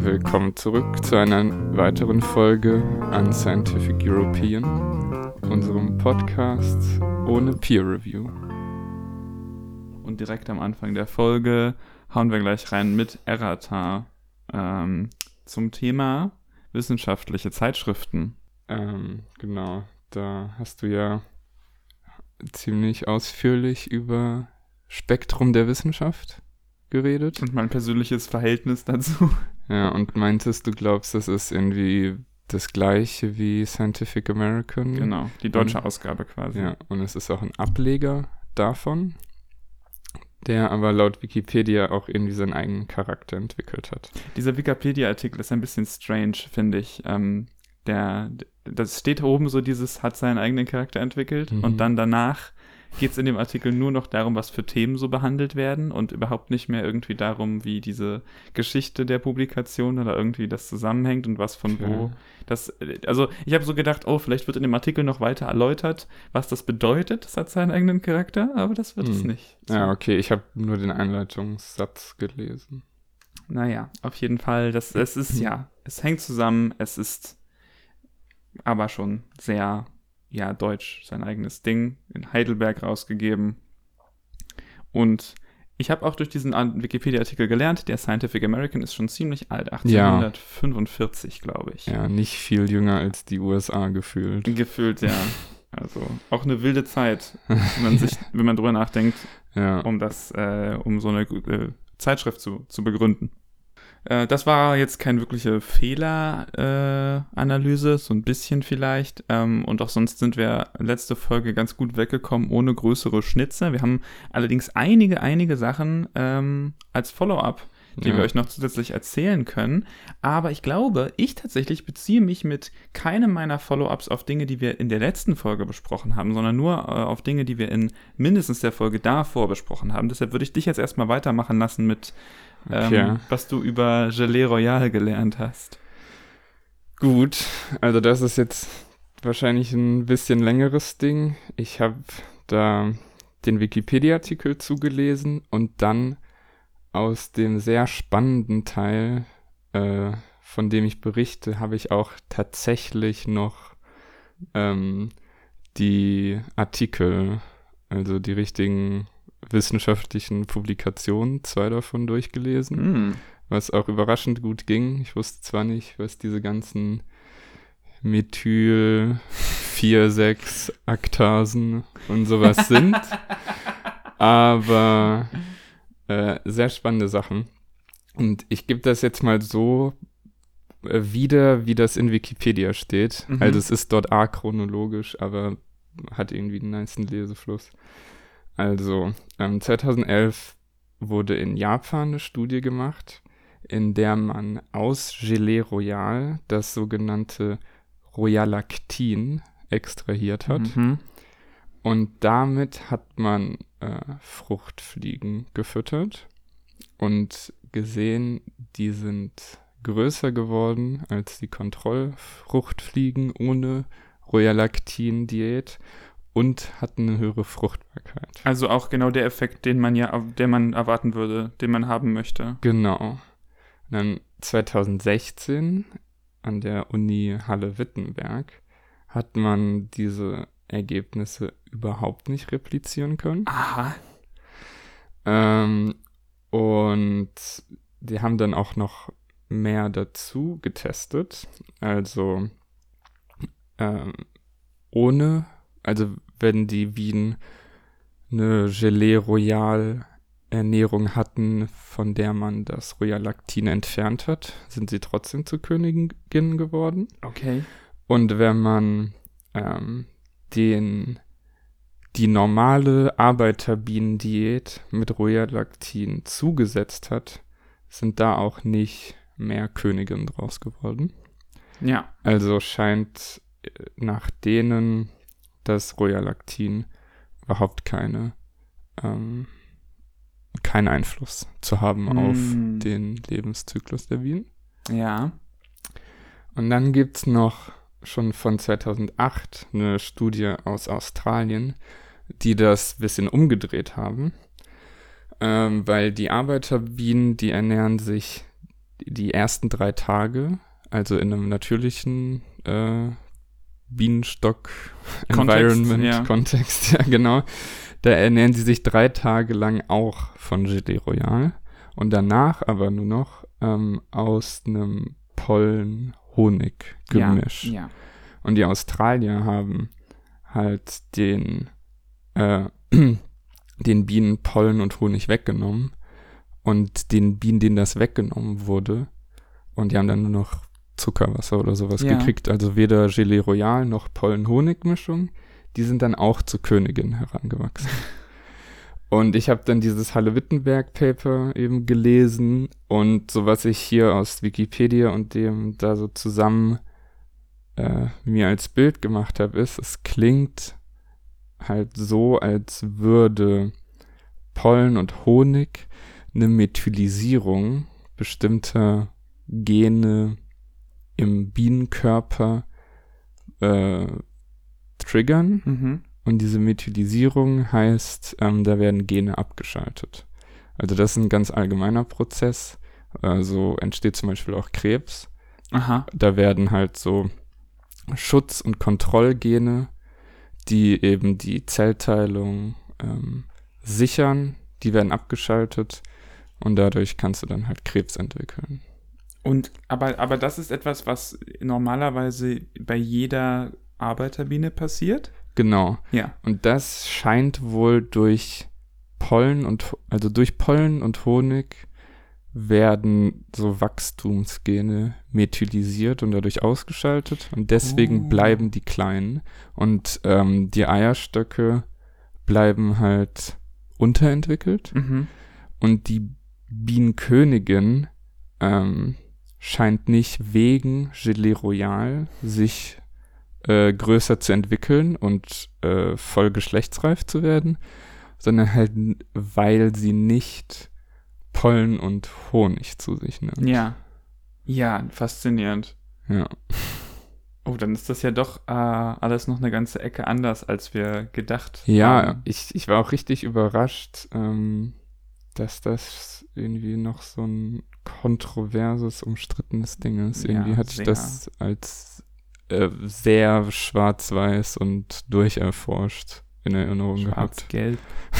willkommen zurück zu einer weiteren Folge Unscientific European, unserem Podcast ohne Peer Review. Und direkt am Anfang der Folge hauen wir gleich rein mit Errata zum Thema wissenschaftliche Zeitschriften. Genau, da hast du ja ziemlich ausführlich über Spektrum der Wissenschaft geredet. Und mein persönliches Verhältnis dazu. Ja, und meintest, du glaubst, das ist irgendwie das gleiche wie Scientific American? Genau, die deutsche Ausgabe quasi. Ja, und es ist auch ein Ableger davon, der aber laut Wikipedia auch irgendwie seinen eigenen Charakter entwickelt hat. Dieser Wikipedia-Artikel ist ein bisschen strange, finde ich. Das steht oben so dieses, hat seinen eigenen Charakter entwickelt und dann danach geht es in dem Artikel nur noch darum, was für Themen so behandelt werden und überhaupt nicht mehr irgendwie darum, wie diese Geschichte der Publikation oder irgendwie das zusammenhängt und was von wo. Also ich habe so gedacht, vielleicht wird in dem Artikel noch weiter erläutert, was das bedeutet, das hat seinen eigenen Charakter, aber das wird es nicht. So. Ja, okay, ich habe nur den Einleitungssatz gelesen. Naja, auf jeden Fall, es hängt zusammen, es ist aber schon sehr deutsch, sein eigenes Ding, in Heidelberg rausgegeben. Und ich habe auch durch diesen Wikipedia-Artikel gelernt, der Scientific American ist schon ziemlich alt, 1845, glaube ich. Ja, nicht viel jünger als die USA gefühlt. Gefühlt, ja. Also auch eine wilde Zeit, wenn man drüber nachdenkt, um so eine Zeitschrift zu begründen. Das war jetzt keine wirkliche Fehleranalyse, so ein bisschen vielleicht. Und auch sonst sind wir letzte Folge ganz gut weggekommen, ohne größere Schnitze. Wir haben allerdings einige Sachen als Follow-up, die wir euch noch zusätzlich erzählen können. Aber ich glaube, ich tatsächlich beziehe mich mit keinem meiner Follow-ups auf Dinge, die wir in der letzten Folge besprochen haben, sondern nur auf Dinge, die wir in mindestens der Folge davor besprochen haben. Deshalb würde ich dich jetzt erstmal weitermachen lassen mit was du über Gelee Royal gelernt hast. Gut, also das ist jetzt wahrscheinlich ein bisschen längeres Ding. Ich habe da den Wikipedia-Artikel zugelesen und dann aus dem sehr spannenden Teil, von dem ich berichte, habe ich auch tatsächlich noch die Artikel, also die richtigen wissenschaftlichen Publikationen, 2 davon durchgelesen, was auch überraschend gut ging. Ich wusste zwar nicht, was diese ganzen Methyl-4,6-Aktasen und sowas sind, aber sehr spannende Sachen. Und ich gebe das jetzt mal so wieder, wie das in Wikipedia steht. Also es ist dort achronologisch, aber hat irgendwie einen nicen Lesefluss. Also 2011 wurde in Japan eine Studie gemacht, in der man aus Gelee Royal das sogenannte Royalactin extrahiert hat. Und damit hat man Fruchtfliegen gefüttert und gesehen, die sind größer geworden als die Kontrollfruchtfliegen ohne Royalactin-Diät und hatten eine höhere Fruchtbarkeit. Also auch genau der Effekt, den man erwarten würde, den man haben möchte. Genau. Und dann 2016 an der Uni Halle-Wittenberg hat man diese Ergebnisse überhaupt nicht replizieren können. Aha. Und die haben dann auch noch mehr dazu getestet. Also wenn die Bienen eine Gelee Royal Ernährung hatten, von der man das Royalactin entfernt hat, sind sie trotzdem zu Königinnen geworden. Okay. Und wenn man die normale Arbeiterbienendiät mit Royalactin zugesetzt hat, sind da auch nicht mehr Königinnen draus geworden. Ja. Also scheint nach denen das Royalactin überhaupt keinen Einfluss zu haben auf den Lebenszyklus der Bienen. Ja. Und dann gibt es noch schon von 2008 eine Studie aus Australien, die das ein bisschen umgedreht haben, weil die Arbeiterbienen, die ernähren sich die ersten 3 Tage, also in einem natürlichen Bienenstock-Environment-Kontext, ja genau, da ernähren sie sich 3 Tage lang auch von Gelee Royal und danach aber nur noch aus einem Pollen-Honig-Gemisch. Ja. Und die Australier haben halt den Bienen Pollen und Honig weggenommen und den Bienen, denen das weggenommen wurde, und die haben dann nur noch Zuckerwasser oder sowas gekriegt, also weder Gelee Royal noch Pollen-Honig-Mischung, die sind dann auch zu Königinnen herangewachsen. Und ich habe dann dieses Halle-Wittenberg-Paper eben gelesen und so, was ich hier aus Wikipedia und dem da so zusammen mir als Bild gemacht habe, ist, es klingt halt so, als würde Pollen und Honig eine Methylisierung bestimmter Gene im Bienenkörper triggern. Mhm. Und diese Methylisierung heißt, da werden Gene abgeschaltet. Also das ist ein ganz allgemeiner Prozess. So entsteht zum Beispiel auch Krebs. Aha. Da werden halt so Schutz- und Kontrollgene, die eben die Zellteilung sichern, die werden abgeschaltet und dadurch kannst du dann halt Krebs entwickeln. Und aber das ist etwas, was normalerweise bei jeder Arbeiterbiene passiert? Genau. Ja. Und das scheint wohl durch Pollen und Honig werden so Wachstumsgene methylisiert und dadurch ausgeschaltet und deswegen bleiben die klein und die Eierstöcke bleiben halt unterentwickelt und die Bienenkönigin scheint nicht wegen Gelee Royal sich größer zu entwickeln und voll geschlechtsreif zu werden, sondern halt, weil sie nicht Pollen und Honig zu sich nimmt. Ja. Ja, faszinierend. Ja. Oh, dann ist das ja doch alles noch eine ganze Ecke anders, als wir gedacht haben. Ja, ich war auch richtig überrascht, dass das irgendwie noch so ein kontroverses, umstrittenes Ding ist. Irgendwie hatte ich das als sehr schwarz-weiß und durcherforscht in Erinnerung gehabt. Schwarz-gelb.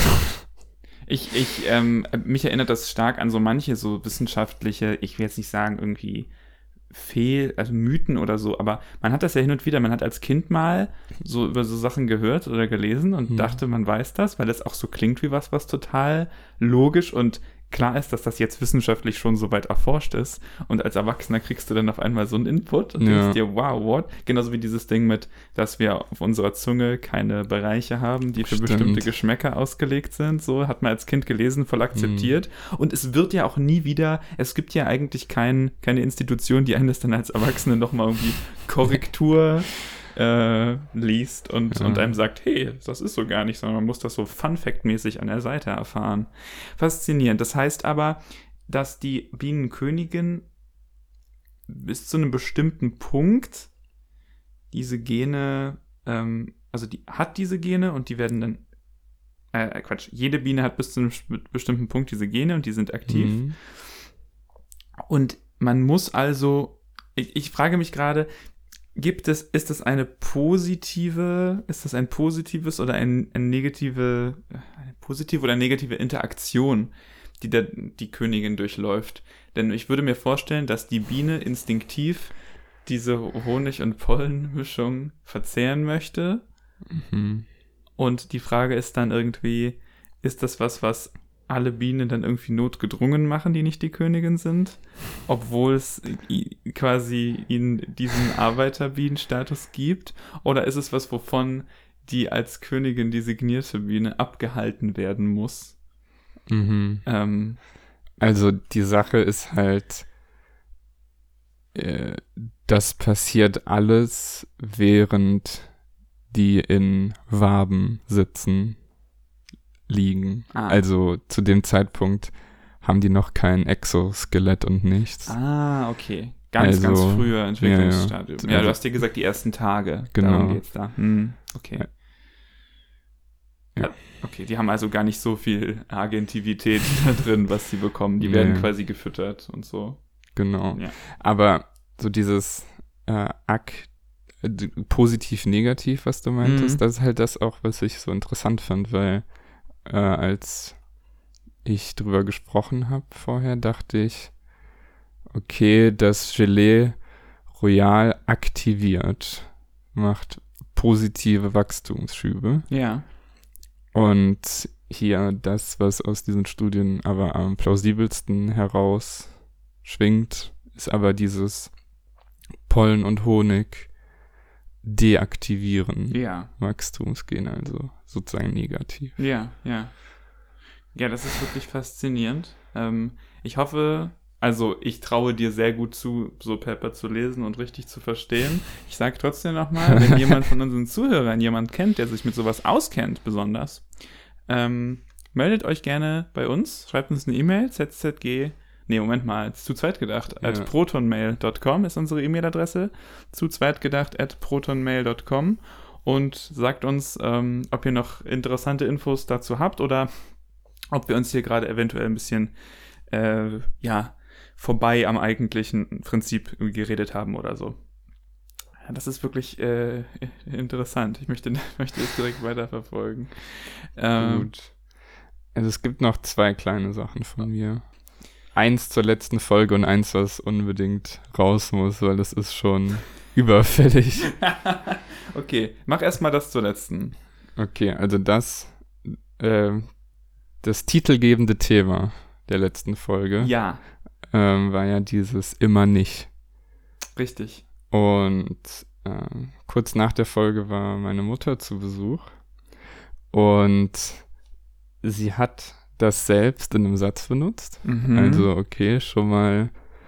Mich erinnert das stark an so manche so wissenschaftliche, ich will jetzt nicht sagen irgendwie also Mythen oder so, aber man hat das ja hin und wieder, man hat als Kind mal so über so Sachen gehört oder gelesen und dachte, man weiß das, weil es auch so klingt wie was total logisch und klar ist, dass das jetzt wissenschaftlich schon so weit erforscht ist und als Erwachsener kriegst du dann auf einmal so einen Input und denkst dir, wow, what? Genauso wie dieses Ding mit, dass wir auf unserer Zunge keine Bereiche haben, die für bestimmte Geschmäcker ausgelegt sind, so hat man als Kind gelesen, voll akzeptiert und es wird ja auch nie wieder, es gibt ja eigentlich keine Institution, die einem das dann als Erwachsene nochmal irgendwie Korrektur liest und einem sagt, hey, das ist so gar nicht, sondern man muss das so Fun-Fact-mäßig an der Seite erfahren. Faszinierend. Das heißt aber, dass die Bienenkönigin bis zu einem bestimmten Punkt diese Gene, also die hat diese Gene und die werden dann, jede Biene hat bis zu einem bestimmten Punkt diese Gene und die sind aktiv. Und man muss also, ich frage mich gerade, ist das ein positives oder eine positive oder negative Interaktion, die die Königin durchläuft? Denn ich würde mir vorstellen, dass die Biene instinktiv diese Honig- und Pollenmischung verzehren möchte. Und die Frage ist dann irgendwie, ist das was alle Bienen dann irgendwie notgedrungen machen, die nicht die Königin sind, obwohl es quasi ihnen diesen Arbeiterbienenstatus gibt? Oder ist es was, wovon die als Königin designierte Biene abgehalten werden muss? Also die Sache ist halt, das passiert alles, während die in Waben sitzen, liegen. Also zu dem Zeitpunkt haben die noch kein Exoskelett und nichts. Okay. Ganz früher Entwicklungsstadium. Ja, du hast dir gesagt, die ersten Tage. Genau. Darum geht's da. Okay. Ja. Okay, die haben also gar nicht so viel Agentivität da drin, was sie bekommen. Die werden quasi gefüttert und so. Genau. Ja. Aber so dieses positiv-negativ, was du meintest, das ist halt das auch, was ich so interessant fand, weil als ich drüber gesprochen habe vorher, dachte ich, okay, das Gelee Royal aktiviert, macht positive Wachstumsschübe. Ja. Und hier das, was aus diesen Studien aber am plausibelsten herausschwingt, ist aber dieses Pollen und Honig deaktivieren. Ja. Wachstumsgen, also sozusagen negativ. Ja, ja. Ja, das ist wirklich faszinierend. Ich hoffe, also ich traue dir sehr gut zu, so Pepper zu lesen und richtig zu verstehen. Ich sage trotzdem nochmal, wenn jemand von unseren Zuhörern jemand kennt, der sich mit sowas auskennt, besonders, meldet euch gerne bei uns, schreibt uns eine E-Mail, zu zweit gedacht, at protonmail.com ist unsere E-Mail-Adresse, zuzweitgedacht@protonmail.com und sagt uns, ob ihr noch interessante Infos dazu habt oder ob wir uns hier gerade eventuell ein bisschen, vorbei am eigentlichen Prinzip geredet haben oder so. Ja, das ist wirklich interessant. Ich möchte es direkt weiterverfolgen. Gut. Also es gibt noch 2 kleine Sachen von mir. Eins zur letzten Folge und eins, was unbedingt raus muss, weil es ist schon überfällig. Okay, mach erstmal das zur letzten. Okay, also das titelgebende Thema der letzten Folge war ja dieses immer nicht. Richtig. Und kurz nach der Folge war meine Mutter zu Besuch und sie hat das selbst in einem Satz benutzt. Also okay, schon mal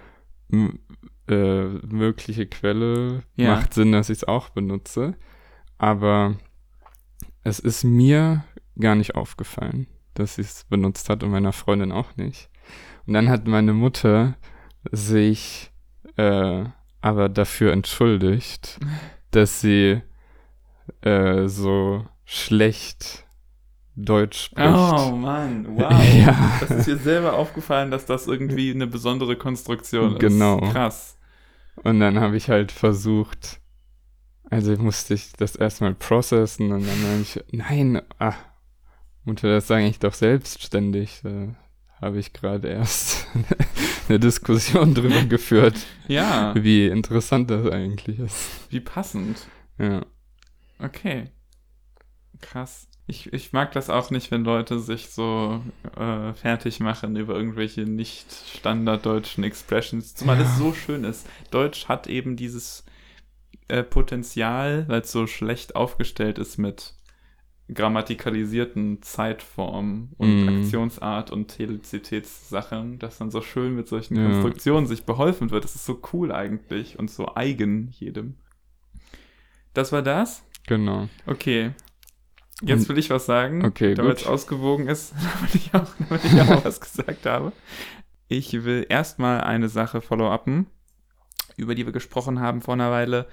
mögliche Quelle, macht Sinn, dass ich es auch benutze. Aber es ist mir gar nicht aufgefallen, dass sie es benutzt hat und meiner Freundin auch nicht. Und dann hat meine Mutter sich aber dafür entschuldigt, dass sie so schlecht Deutsch spricht. Oh Mann, wow. Ja. Das ist dir selber aufgefallen, dass das irgendwie eine besondere Konstruktion ist. Genau. Krass. Und dann habe ich halt versucht, also musste ich das erstmal processen und dann habe ich, nein, Mutter, das sage ich doch selbstständig. Da habe ich gerade erst eine Diskussion drüber geführt, Ja. wie interessant das eigentlich ist. Wie passend. Ja. Okay. Krass. Ich mag das auch nicht, wenn Leute sich so fertig machen über irgendwelche nicht standarddeutschen Expressions, zumal es so schön ist. Deutsch hat eben dieses Potenzial, weil es so schlecht aufgestellt ist mit grammatikalisierten Zeitformen und Aktionsart und Helizitätssachen, dass dann so schön mit solchen Konstruktionen sich beholfen wird. Das ist so cool eigentlich und so eigen jedem. Das war das? Genau. Okay. Jetzt will ich was sagen, damit es ausgewogen ist, damit ich auch was gesagt habe. Ich will erstmal eine Sache follow-upen, über die wir gesprochen haben vor einer Weile,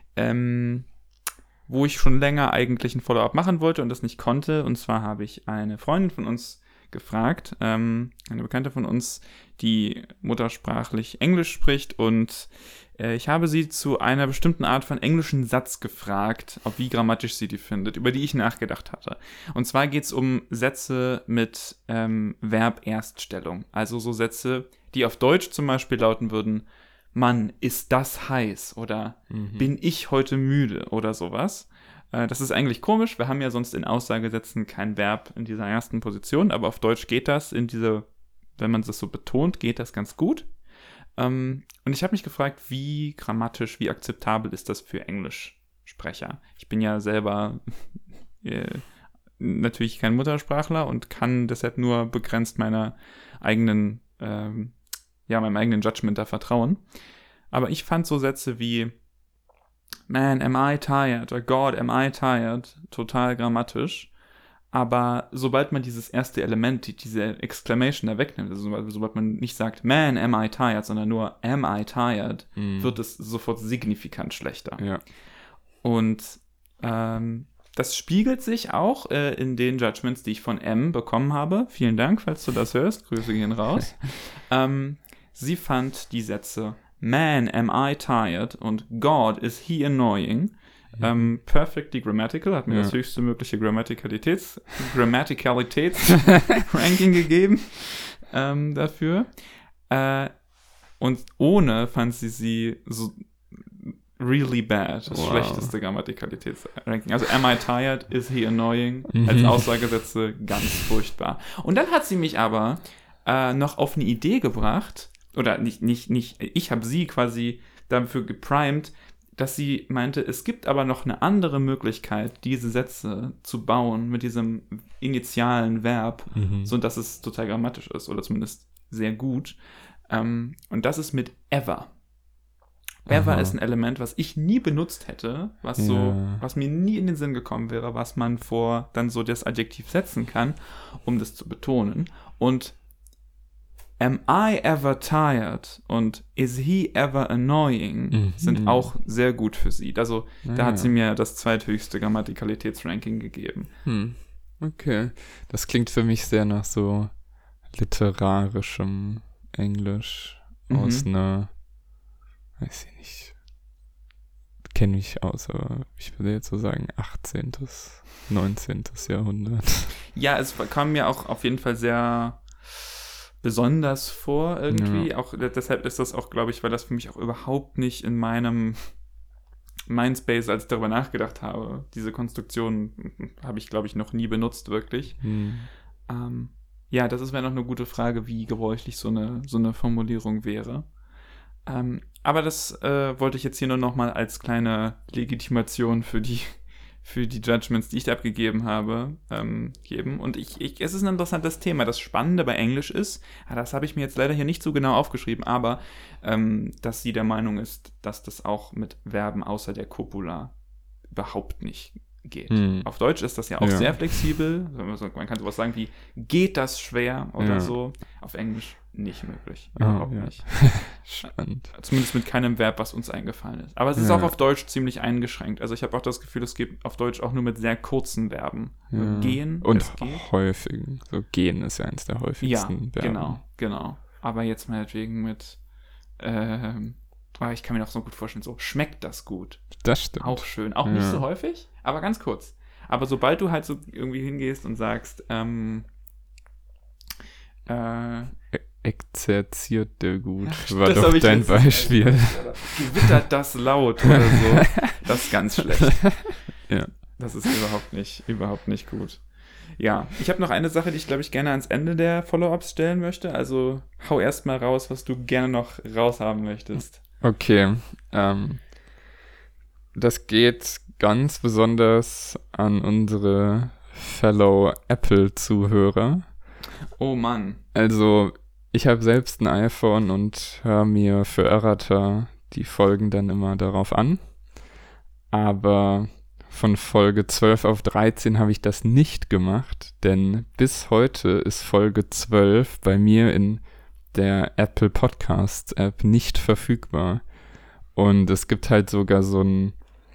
wo ich schon länger eigentlich ein Follow-up machen wollte und das nicht konnte. Und zwar habe ich eine Freundin von uns gefragt, eine Bekannte von uns, die muttersprachlich Englisch spricht und ich habe sie zu einer bestimmten Art von englischen Satz gefragt, wie grammatisch sie die findet, über die ich nachgedacht hatte. Und zwar geht es um Sätze mit Verb-Erststellung. Also so Sätze, die auf Deutsch zum Beispiel lauten würden, Mann, ist das heiß? Oder bin ich heute müde? Oder sowas. Das ist eigentlich komisch. Wir haben ja sonst in Aussagesätzen kein Verb in dieser ersten Position, aber auf Deutsch geht das wenn man das so betont, geht das ganz gut. Und ich habe mich gefragt, wie grammatisch, wie akzeptabel ist das für Englischsprecher? Ich bin ja selber natürlich kein Muttersprachler und kann deshalb nur begrenzt meinem eigenen Judgment da vertrauen. Aber ich fand so Sätze wie Man, am I tired? Or God, am I tired? Total grammatisch. Aber sobald man dieses erste Element, diese Exclamation da wegnimmt, also sobald man nicht sagt, man, am I tired, sondern nur am I tired, wird es sofort signifikant schlechter. Ja. Und das spiegelt sich auch in den Judgments, die ich von M bekommen habe. Vielen Dank, falls du das hörst. Grüße gehen raus. sie fand die Sätze Man, am I tired und God, is he annoying perfectly grammatical, hat mir das höchste mögliche Grammaticalitäts-Ranking gegeben dafür. Und ohne fand sie so really bad, das schlechteste Grammatikalitätsranking. Also am I tired, is he annoying, als Aussagesätze ganz furchtbar. Und dann hat sie mich aber noch auf eine Idee gebracht, oder nicht, ich habe sie quasi dafür geprimed, dass sie meinte, es gibt aber noch eine andere Möglichkeit, diese Sätze zu bauen mit diesem initialen Verb, so dass es total grammatisch ist oder zumindest sehr gut. Und das ist mit ever. Ever ist ein Element, was ich nie benutzt hätte, was mir nie in den Sinn gekommen wäre, was man vor dann so das Adjektiv setzen kann, um das zu betonen. Und am I ever tired und is he ever annoying sind auch sehr gut für sie. Also da hat sie mir das zweithöchste Grammatikalitätsranking gegeben. Okay. Das klingt für mich sehr nach so literarischem Englisch aus einer, weiß ich nicht, kenne mich aus, aber ich würde jetzt so sagen 18., 19. Jahrhundert. Ja, es kam mir auch auf jeden Fall sehr besonders vor irgendwie. Auch deshalb ist das auch, glaube ich, weil das für mich auch überhaupt nicht in meinem Mindspace, als ich darüber nachgedacht habe. Diese Konstruktion habe ich, glaube ich, noch nie benutzt, wirklich. Ja, das wäre noch eine gute Frage, wie gebräuchlich so eine Formulierung wäre. Aber das wollte ich jetzt hier nur noch mal als kleine Legitimation für die Judgments, die ich da abgegeben habe, geben. Und es ist ein interessantes Thema. Das Spannende bei Englisch ist, das habe ich mir jetzt leider hier nicht so genau aufgeschrieben, aber dass sie der Meinung ist, dass das auch mit Verben außer der Copula überhaupt nicht geht. Auf Deutsch ist das ja auch sehr flexibel. Man kann sowas sagen wie, geht das schwer oder so. Auf Englisch nicht möglich. Überhaupt nicht. Spannend. Zumindest mit keinem Verb, was uns eingefallen ist. Aber es ist auch auf Deutsch ziemlich eingeschränkt. Also ich habe auch das Gefühl, es geht auf Deutsch auch nur mit sehr kurzen Verben. Gehen, und häufig. So gehen ist ja eins der häufigsten Verben. Genau. Aber jetzt meinetwegen mit ich kann mir noch so gut vorstellen, so schmeckt das gut. Das stimmt. Auch schön. Auch nicht so häufig, aber ganz kurz. Aber sobald du halt so irgendwie hingehst und sagst, exerziert der gut, war doch dein Beispiel. Gewittert das laut oder so. Das ist ganz schlecht. Ja. Das ist überhaupt nicht gut. Ja, ich habe noch eine Sache, die ich, glaube ich, gerne ans Ende der Follow-ups stellen möchte. Also hau erst mal raus, was du gerne noch raushaben möchtest. Okay. Das geht ganz besonders an unsere Fellow Apple-Zuhörer. Oh Mann. Also, ich habe selbst ein iPhone und höre mir für Errata die Folgen dann immer darauf an. Aber von Folge 12 auf 13 habe ich das nicht gemacht, denn bis heute ist Folge 12 bei mir in der Apple Podcasts App nicht verfügbar. Und es gibt halt sogar so ein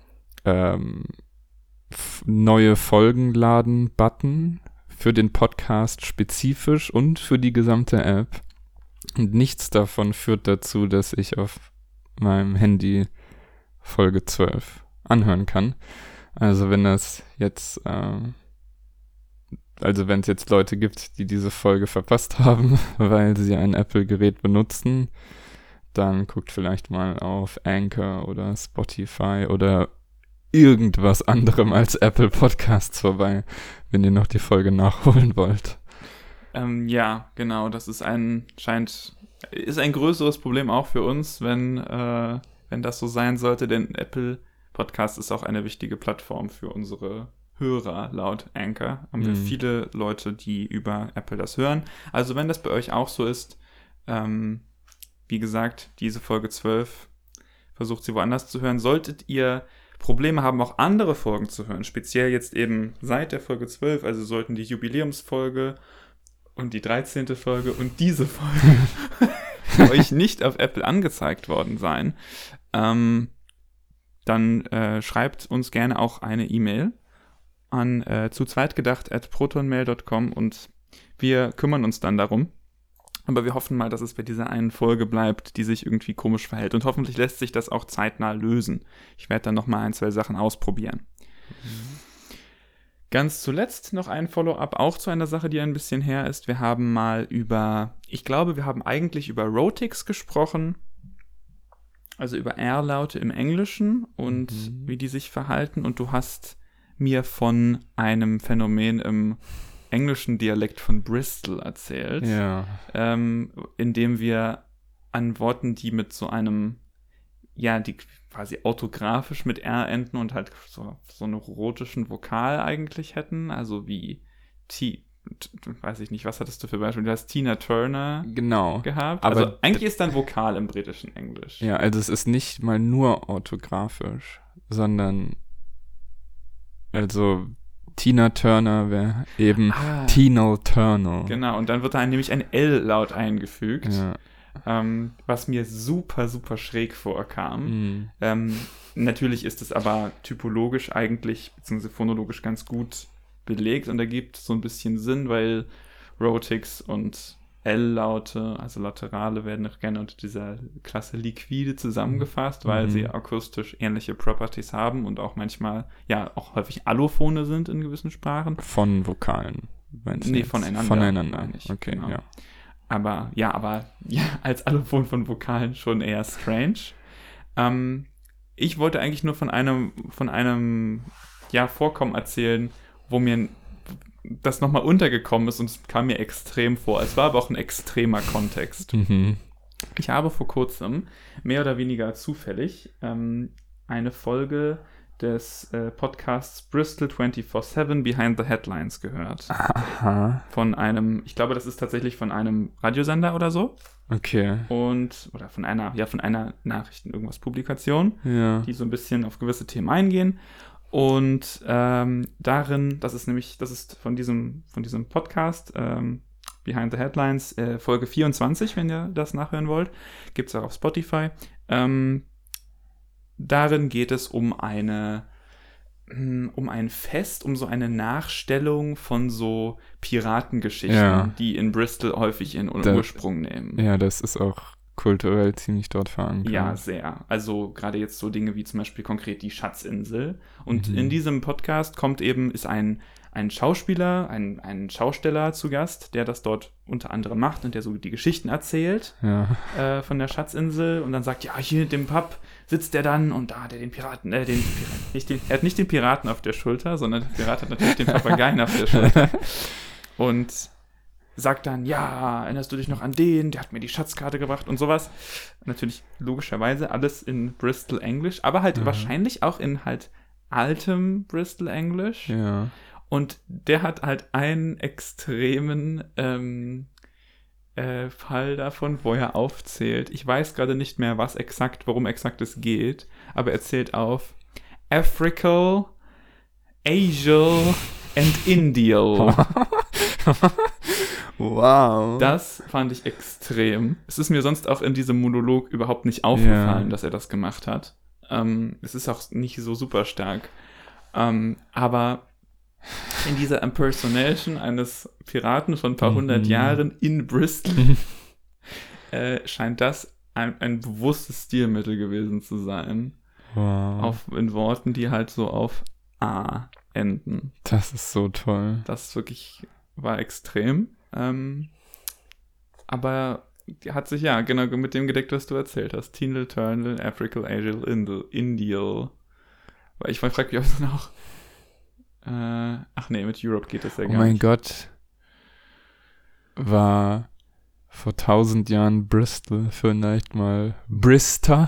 neue Folgen-Laden-Button für den Podcast spezifisch und für die gesamte App. Und nichts davon führt dazu, dass ich auf meinem Handy Folge 12 anhören kann. Also wenn das jetzt, wenn es jetzt Leute gibt, die diese Folge verpasst haben, weil sie ein Apple-Gerät benutzen, dann guckt vielleicht mal auf Anchor oder Spotify oder irgendwas anderem als Apple Podcasts vorbei, wenn ihr noch die Folge nachholen wollt. Ja, genau, das ist ein größeres Problem auch für uns, wenn das so sein sollte, denn Apple Podcast ist auch eine wichtige Plattform für unsere Hörer, laut Anchor. Haben wir viele Leute, die über Apple das hören. Also wenn das bei euch auch so ist, wie gesagt, diese Folge 12, versucht sie woanders zu hören. Solltet ihr Probleme haben, auch andere Folgen zu hören, speziell jetzt eben seit der Folge 12, also sollten die Jubiläumsfolge und die 13. Folge und diese Folge euch nicht auf Apple angezeigt worden sein, dann schreibt uns gerne auch eine E-Mail an zu zweitgedacht@protonmail.com und wir kümmern uns dann darum. Aber wir hoffen mal, dass es bei dieser einen Folge bleibt, die sich irgendwie komisch verhält. Und hoffentlich lässt sich das auch zeitnah lösen. Ich werde dann nochmal 1, 2 Sachen ausprobieren. Ganz zuletzt noch ein Follow-up, auch zu einer Sache, die ein bisschen her ist. Wir haben mal wir haben eigentlich über Rotix gesprochen. Also über R-Laute im Englischen und wie die sich verhalten. Und du hast mir von einem Phänomen im englischen Dialekt von Bristol erzählt. Ja. In dem wir an Worten, die mit so einem, die quasi orthografisch mit R enden und halt so einen rotischen Vokal eigentlich hätten. Also wie weiß ich nicht, was hattest du für Beispiele? Du hast Tina Turner gehabt. Aber also eigentlich ist da ein Vokal im britischen Englisch. Ja, also es ist nicht mal nur orthografisch, sondern also Tina Turner wäre eben Tina Turner. Genau, und dann wird da nämlich ein L-Laut eingefügt, Ja. was mir super, super schräg vorkam. Natürlich ist es aber typologisch eigentlich, beziehungsweise phonologisch ganz gut belegt und ergibt so ein bisschen Sinn, weil Rotix und L-Laute, also Laterale, werden auch gerne unter dieser Klasse Liquide zusammengefasst, weil sie akustisch ähnliche Properties haben und auch manchmal, auch häufig Allophone sind in gewissen Sprachen. Von Vokalen. Nee, voneinander. Voneinander, okay, genau. ja. Aber als Allophon von Vokalen schon eher strange. Ich wollte eigentlich nur von einem Vorkommen erzählen, wo mir das nochmal untergekommen ist und es kam mir extrem vor. Es war aber auch ein extremer Kontext. Ich habe vor kurzem, mehr oder weniger zufällig, eine Folge des Podcasts Bristol 24/7 Behind the Headlines gehört. Aha. Von einem, ich glaube, das ist tatsächlich von einem Radiosender oder so. Okay. Oder von einer Nachrichten-Publikation, Ja. die so ein bisschen auf gewisse Themen eingehen. Und darin, das ist von diesem Podcast, Behind the Headlines, Folge 24, wenn ihr das nachhören wollt, gibt es auch auf Spotify. Darin geht es um ein Fest, um so eine Nachstellung von so Piratengeschichten, die in Bristol häufig ihren Ursprung nehmen. Ja, das ist auch kulturell ziemlich dort verankert. Ja, sehr. Also gerade jetzt so Dinge wie zum Beispiel konkret die Schatzinsel. Und in diesem Podcast ist ein Schauspieler, ein Schausteller zu Gast, der das dort unter anderem macht und der so die Geschichten erzählt von der Schatzinsel und dann sagt, hier in dem Pub sitzt der dann und da hat er den Piraten, er hat nicht den Piraten auf der Schulter, sondern der Pirat hat natürlich den Papageien auf der Schulter und sagt dann, erinnerst du dich noch an den, der hat mir die Schatzkarte gebracht und sowas. Natürlich logischerweise alles in Bristol Englisch, aber halt wahrscheinlich auch in halt altem Bristol Englisch. Ja. Und der hat halt einen extremen Fall davon, wo er aufzählt. Ich weiß gerade nicht mehr, worum exakt es geht, aber er zählt auf Africal, Asial and Indial. Wow. Das fand ich extrem. Es ist mir sonst auch in diesem Monolog überhaupt nicht aufgefallen, dass er das gemacht hat. Es ist auch nicht so super stark. Aber in dieser Impersonation eines Piraten von ein paar hundert Jahren in Bristol scheint das ein bewusstes Stilmittel gewesen zu sein. Wow. In Worten, die halt so auf A enden. Das ist so toll. Das war extrem. Aber hat sich genau mit dem gedeckt, was du erzählt hast. Tina Turner, Africal, Asial, Indial. Weil ich frage mich, ob es dann auch mit Europe geht das ja gar nicht. Oh mein Gott. War vor 1000 Jahren Bristol vielleicht mal Bristol?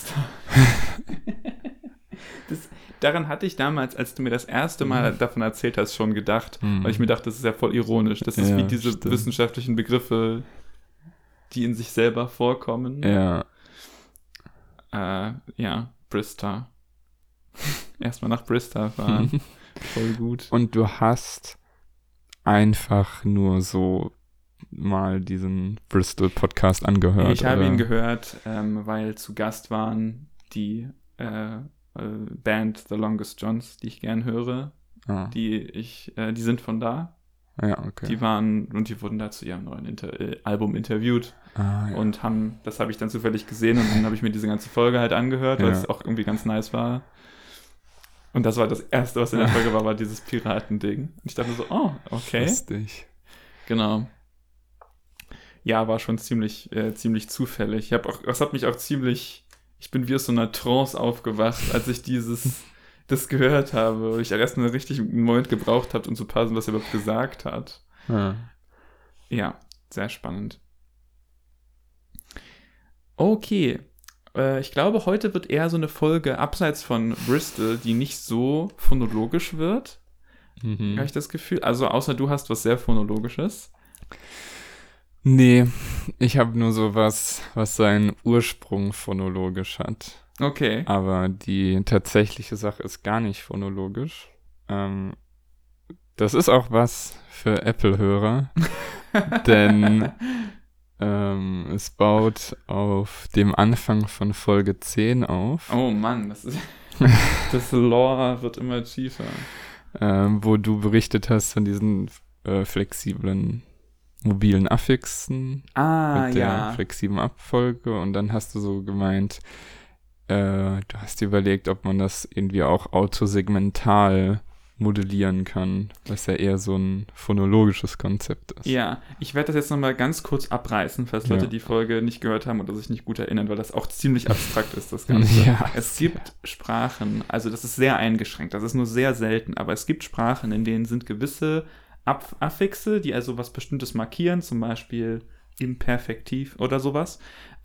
Daran hatte ich damals, als du mir das erste Mal davon erzählt hast, schon gedacht, weil ich mir dachte, das ist ja voll ironisch. Das ist wie diese wissenschaftlichen Begriffe, die in sich selber vorkommen. Ja. Bristol. Erstmal nach Bristol fahren. Voll gut. Und du hast einfach nur so mal diesen Bristol-Podcast angehört. Ich habe ihn gehört, weil zu Gast waren die Band The Longest Johns, die ich gern höre. Die sind von da. Ja, okay. Die wurden da zu ihrem neuen Album interviewt. Ja. Und das habe ich dann zufällig gesehen und dann habe ich mir diese ganze Folge halt angehört, weil es auch irgendwie ganz nice war. Und das war das Erste, was in der Folge war dieses Piratending. Und ich dachte so, oh, okay. Lustig. Genau. Ja, war schon ziemlich zufällig. Ich bin wie aus so einer Trance aufgewacht, als ich das gehört habe. Ich erst einen richtigen Moment gebraucht habe, um zu passen, was er überhaupt gesagt hat. Ja, sehr spannend. Okay. Ich glaube, heute wird eher so eine Folge abseits von Bristol, die nicht so phonologisch wird. Habe ich das Gefühl. Also außer du hast was sehr Phonologisches. Nee, ich habe nur sowas, was seinen Ursprung phonologisch hat. Okay. Aber die tatsächliche Sache ist gar nicht phonologisch. Das ist auch was für Apple-Hörer, denn es baut auf dem Anfang von Folge 10 auf. Oh Mann, das Lore wird immer tiefer. Wo du berichtet hast von diesen flexiblen mobilen Affixen mit der flexiblen Abfolge und dann hast du so gemeint, du hast dir überlegt, ob man das irgendwie auch autosegmental modellieren kann, was ja eher so ein phonologisches Konzept ist. Ja, ich werde das jetzt nochmal ganz kurz abreißen, falls Leute die Folge nicht gehört haben oder sich nicht gut erinnern, weil das auch ziemlich abstrakt ist, das Ganze. Ja, es gibt Sprachen, also das ist sehr eingeschränkt, das ist nur sehr selten, aber es gibt Sprachen, in denen sind gewisse Affixe, die also was Bestimmtes markieren, zum Beispiel Imperfektiv oder sowas,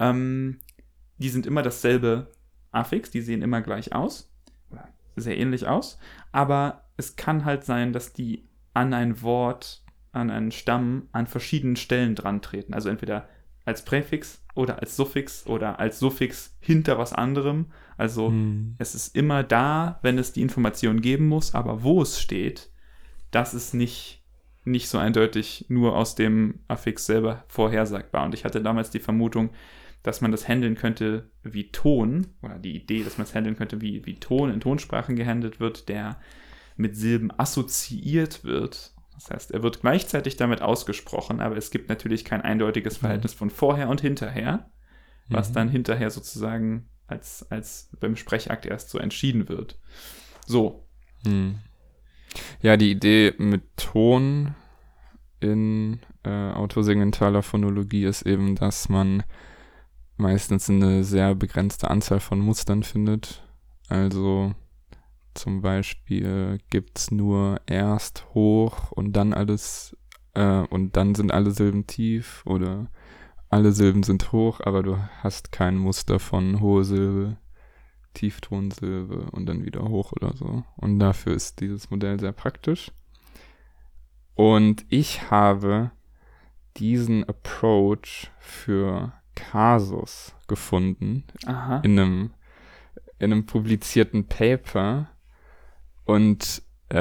die sind immer dasselbe Affix, die sehen immer gleich aus, sehr ähnlich aus, aber es kann halt sein, dass die an ein Wort, an einen Stamm, an verschiedenen Stellen dran treten. Also entweder als Präfix oder als Suffix oder als Suffix hinter was anderem. Also es ist immer da, wenn es die Information geben muss, aber wo es steht, das ist nicht so eindeutig nur aus dem Affix selber vorhersagbar. Und ich hatte damals die Vermutung, dass man das handeln könnte wie Ton, oder die Idee, dass man es handeln könnte wie Ton in Tonsprachen gehandelt wird, der mit Silben assoziiert wird. Das heißt, er wird gleichzeitig damit ausgesprochen, aber es gibt natürlich kein eindeutiges Verhältnis von vorher und hinterher, was dann hinterher sozusagen als beim Sprechakt erst so entschieden wird. So. Ja, die Idee mit Ton in autosegmentaler Phonologie ist eben, dass man meistens eine sehr begrenzte Anzahl von Mustern findet. Also zum Beispiel gibt's nur erst hoch und dann und dann sind alle Silben tief oder alle Silben sind hoch, aber du hast kein Muster von hohe Silbe, Tieftonsilbe und dann wieder hoch oder so. Und dafür ist dieses Modell sehr praktisch. Und ich habe diesen Approach für Kasus gefunden. Aha. In einem publizierten Paper und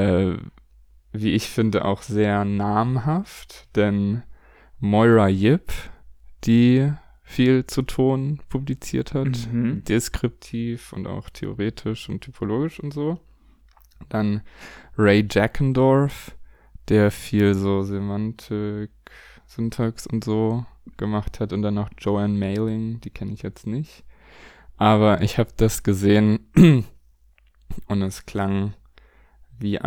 wie ich finde auch sehr namhaft, denn Moira Yip, die viel zu Ton publiziert hat, deskriptiv und auch theoretisch und typologisch und so. Dann Ray Jackendorf, der viel so Semantik, Syntax und so gemacht hat und dann noch Joanne Mailing, die kenne ich jetzt nicht. Aber ich habe das gesehen und es klang wie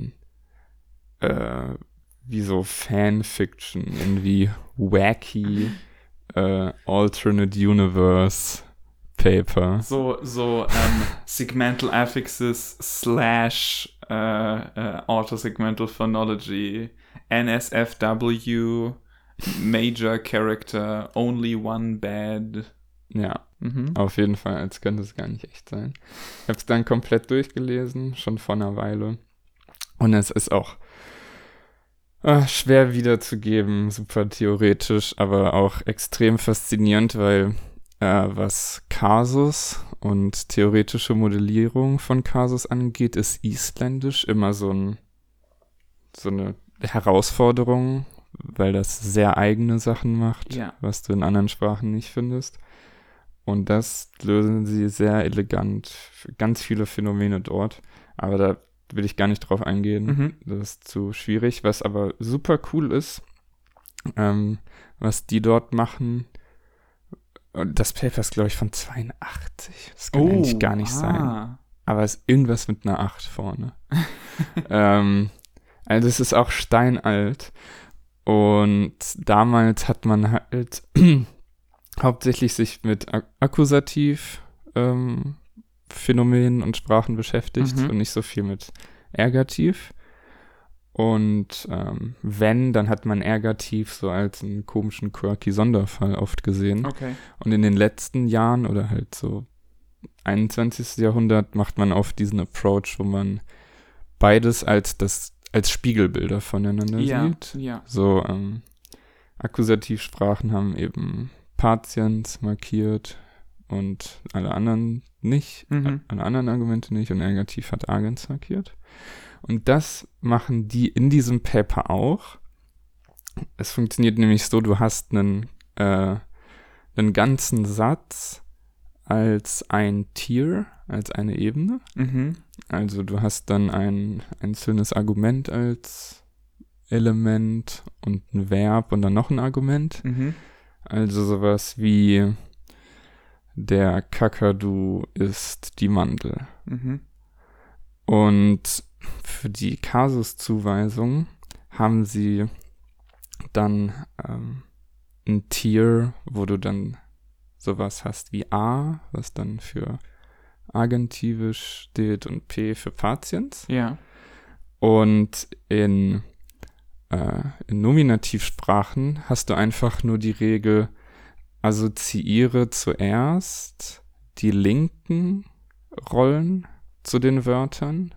wie so Fanfiction, irgendwie wacky Alternate Universe Paper. So Segmental Affixes / Autosegmental Phonology, NSFW, Major Character, Only One Bad. Ja, auf jeden Fall, als könnte es gar nicht echt sein. Ich habe es dann komplett durchgelesen, schon vor einer Weile. Und es ist auch schwer wiederzugeben, super theoretisch, aber auch extrem faszinierend, weil was Kasus und theoretische Modellierung von Kasus angeht, ist Isländisch immer so eine Herausforderung, weil das sehr eigene Sachen macht, was du in anderen Sprachen nicht findest. Und das lösen sie sehr elegant für ganz viele Phänomene dort. Aber da will ich gar nicht drauf eingehen. Das ist zu schwierig. Was aber super cool ist, was die dort machen, das Paper ist, glaube ich, von 82. Das kann eigentlich gar nicht sein. Aber es ist irgendwas mit einer 8 vorne. Also es ist auch steinalt. Und damals hat man halt hauptsächlich sich mit Akkusativ-Phänomenen und Sprachen beschäftigt und nicht so viel mit Ergativ. Und wenn, dann hat man Ergativ so als einen komischen, quirky Sonderfall oft gesehen. Okay. Und in den letzten Jahren oder halt so 21. Jahrhundert macht man oft diesen Approach, wo man beides als Spiegelbilder voneinander sieht. Ja. So Akkusativsprachen haben eben Partiens markiert und alle anderen nicht, alle anderen Argumente nicht, und Ergativ hat Agens markiert. Und das machen die in diesem Paper auch. Es funktioniert nämlich so, du hast einen ganzen Satz als ein Tier, als eine Ebene. Also du hast dann ein einzelnes Argument als Element und ein Verb und dann noch ein Argument. Also sowas wie der Kakadu ist die Mandel. Und für die Kasuszuweisung haben sie dann ein Tier, wo du dann sowas hast wie A, was dann für Agentivisch steht, und P für Partiens. Ja. Und in Nominativsprachen hast du einfach nur die Regel, assoziiere zuerst die linken Rollen zu den Wörtern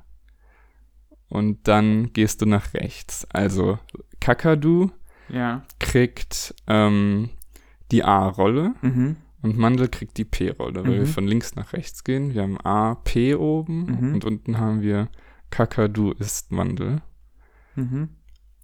und dann gehst du nach rechts. Also Kakadu kriegt die A-Rolle und Mandel kriegt die P-Rolle, weil wir von links nach rechts gehen. Wir haben A, P oben und unten haben wir Kakadu ist Mandel. Und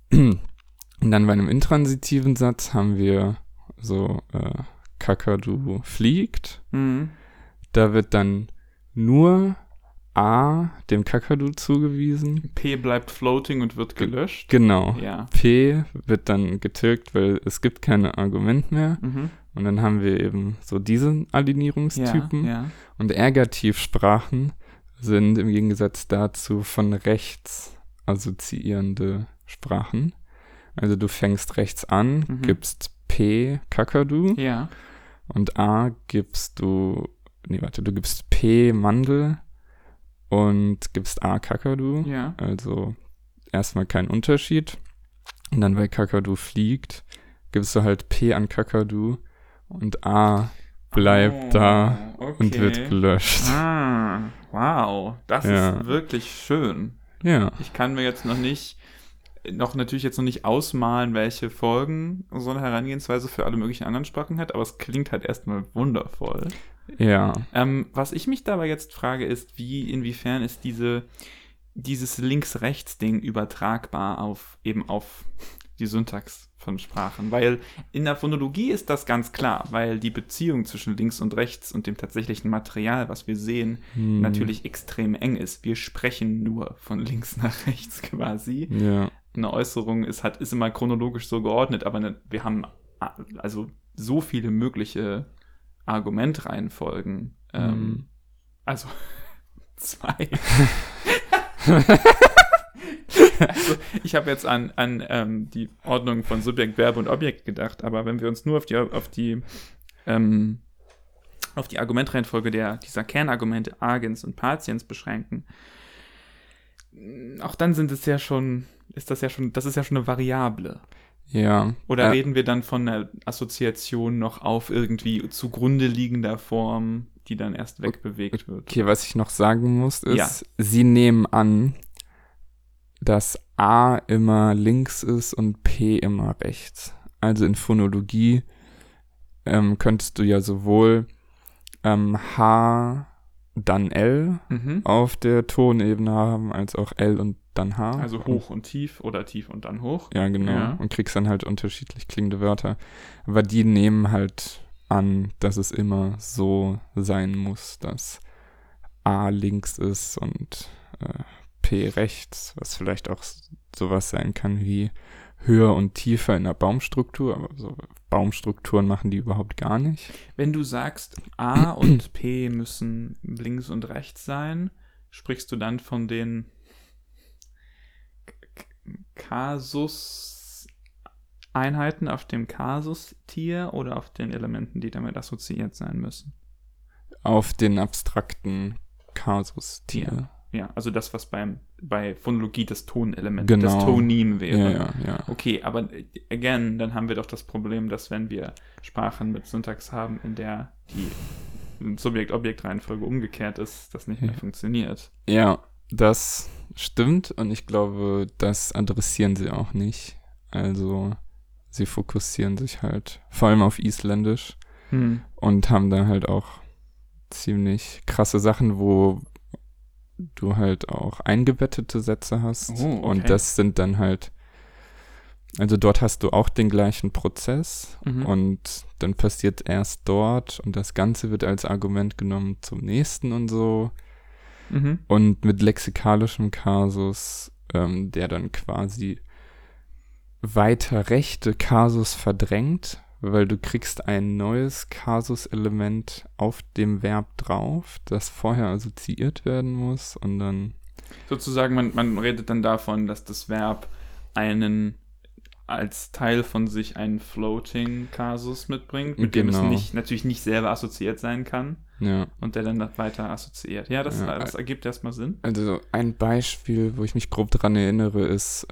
dann bei einem intransitiven Satz haben wir so Kakadu fliegt. Da wird dann nur A dem Kakadu zugewiesen. P bleibt floating und wird gelöscht. Genau. Ja. P wird dann getilgt, weil es gibt kein Argument mehr. Und dann haben wir eben so diese Alignierungstypen. Ja. Und Ergativsprachen sind im Gegensatz dazu von rechts assoziierende Sprachen. Also du fängst rechts an, gibst P Kakadu und A gibst du gibst P Mandel und gibst A Kakadu. Ja. Also erstmal kein Unterschied. Und dann, weil Kakadu fliegt, gibst du halt P an Kakadu und A bleibt da und wird gelöscht. Wow, das ist wirklich schön. Ja. Ich kann mir jetzt natürlich jetzt noch nicht ausmalen, welche Folgen so eine Herangehensweise für alle möglichen anderen Sprachen hat, aber es klingt halt erstmal wundervoll. Ja. Was ich mich dabei jetzt frage, ist, inwiefern ist dieses Links-Rechts-Ding übertragbar auf die Syntax von Sprachen, weil in der Phonologie ist das ganz klar, weil die Beziehung zwischen links und rechts und dem tatsächlichen Material, was wir sehen, natürlich extrem eng ist. Wir sprechen nur von links nach rechts quasi. Ja. Eine Äußerung ist immer chronologisch so geordnet, aber wir haben also so viele mögliche Argumentreihenfolgen. Also 2. Also, ich habe jetzt an die Ordnung von Subjekt, Verb und Objekt gedacht, aber wenn wir uns nur auf die Argumentreihenfolge dieser Kernargumente Agens und Partiens beschränken, auch dann das ist ja schon eine Variable. Ja. Oder reden wir dann von einer Assoziation noch auf irgendwie zugrunde liegender Form, die dann erst wegbewegt wird? Okay, was ich noch sagen muss, ist, sie nehmen an, dass A immer links ist und P immer rechts. Also in Phonologie könntest du ja sowohl H dann L auf der Tonebene haben, als auch L und dann H. Also hoch und tief oder tief und dann hoch. Ja, genau. Ja. Und kriegst dann halt unterschiedlich klingende Wörter. Aber die nehmen halt an, dass es immer so sein muss, dass A links ist und P rechts, was vielleicht auch sowas sein kann wie höher und tiefer in der Baumstruktur, aber so Baumstrukturen machen die überhaupt gar nicht. Wenn du sagst, A und P müssen links und rechts sein, sprichst du dann von den Kasus-Einheiten auf dem Kasus-Tier oder auf den Elementen, die damit assoziiert sein müssen? Auf den abstrakten Kasus-Tier. Ja, also das, was bei Phonologie das Tonelement, Genau. das Tonym wäre. Ja. Okay, aber again, dann haben wir doch das Problem, dass wenn wir Sprachen mit Syntax haben, in der die Subjekt-Objekt-Reihenfolge umgekehrt ist, das nicht mehr funktioniert. Ja, das stimmt und ich glaube, das adressieren sie auch nicht. Also sie fokussieren sich halt vor allem auf Isländisch und haben da halt auch ziemlich krasse Sachen, wo du halt auch eingebettete Sätze hast. Oh, okay. Und das sind dann halt, also dort hast du auch den gleichen Prozess und dann passiert erst dort und das Ganze wird als Argument genommen zum nächsten und so. Und mit lexikalischem Kasus, der dann quasi weiter rechte Kasus verdrängt, weil du kriegst ein neues Kasus-Element auf dem Verb drauf, das vorher assoziiert werden muss und dann... Sozusagen, man redet dann davon, dass das Verb als Teil von sich einen Floating-Kasus mitbringt, mit dem es natürlich nicht selber assoziiert sein kann und der dann weiter assoziiert. Ja, das ergibt erstmal Sinn. Also ein Beispiel, wo ich mich grob dran erinnere, ist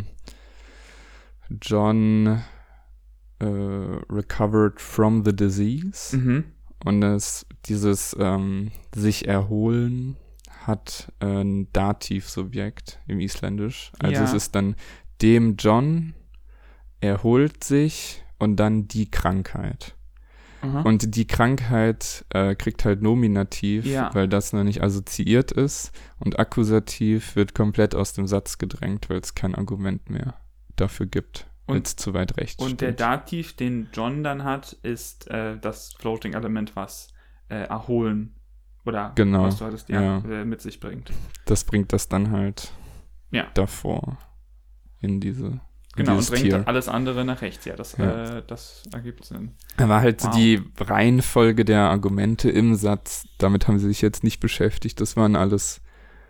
John recovered from the disease und dieses sich erholen hat ein Dativsubjekt im Isländisch. Also es ist dann dem John erholt sich und dann die Krankheit. Und die Krankheit kriegt halt Nominativ, weil das noch nicht assoziiert ist und Akkusativ wird komplett aus dem Satz gedrängt, weil es kein Argument mehr dafür gibt. Und zu weit rechts und steht. der Dativ, den John dann hat, ist das Floating-Element, was erholen oder was du hattest, mit sich bringt. Das bringt das dann halt davor in diese Genau, und bringt dann alles andere nach rechts. Ja, das ergibt Sinn. Aber halt die Reihenfolge der Argumente im Satz, damit haben sie sich jetzt nicht beschäftigt. Das waren alles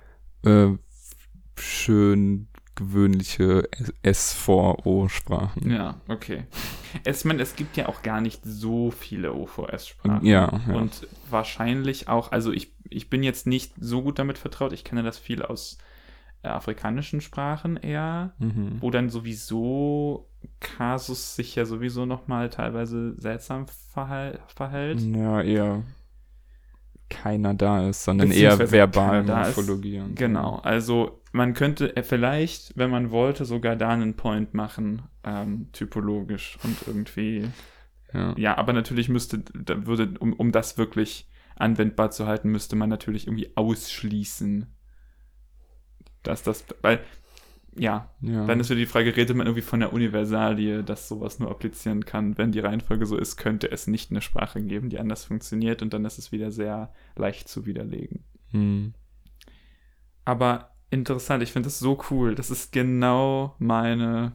schön gewöhnliche S4O-Sprachen. Ja, okay. Es gibt ja auch gar nicht so viele O4S-Sprachen. Ja. Und wahrscheinlich auch, also ich bin jetzt nicht so gut damit vertraut, ich kenne das viel aus afrikanischen Sprachen eher, wo dann sowieso Kasus sich ja sowieso nochmal teilweise seltsam verhält. Ja, eher keiner da ist, sondern eher verbal Morphologie. Genau, also man könnte vielleicht, wenn man wollte, sogar da einen Point machen, typologisch und irgendwie, aber natürlich um das wirklich anwendbar zu halten, müsste man natürlich irgendwie ausschließen, dass das, weil, dann ist wieder die Frage, redet man irgendwie von der Universalie, dass sowas nur applizieren kann, wenn die Reihenfolge so ist, könnte es nicht eine Sprache geben, die anders funktioniert und dann ist es wieder sehr leicht zu widerlegen. Aber interessant, ich finde das so cool, das ist genau meine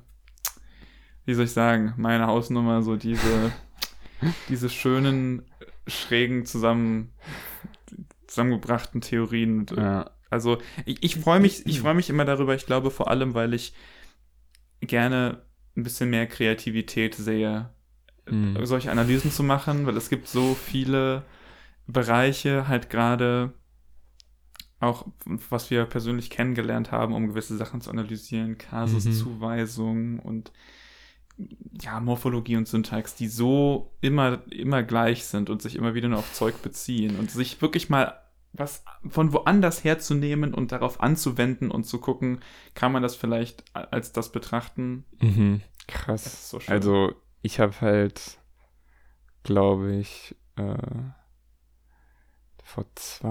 Hausnummer, so diese schönen, schrägen zusammengebrachten Theorien. Also ich freue mich immer darüber, ich glaube vor allem, weil ich gerne ein bisschen mehr Kreativität sehe, solche Analysen zu machen, weil es gibt so viele Bereiche, halt gerade auch, was wir persönlich kennengelernt haben, um gewisse Sachen zu analysieren, Kasuszuweisung und Morphologie und Syntax, die so immer gleich sind und sich immer wieder nur auf Zeug beziehen und sich wirklich mal was von woanders herzunehmen und darauf anzuwenden und zu gucken, kann man das vielleicht als das betrachten? Krass. Das ist so schön. Also ich habe halt, glaube ich, vor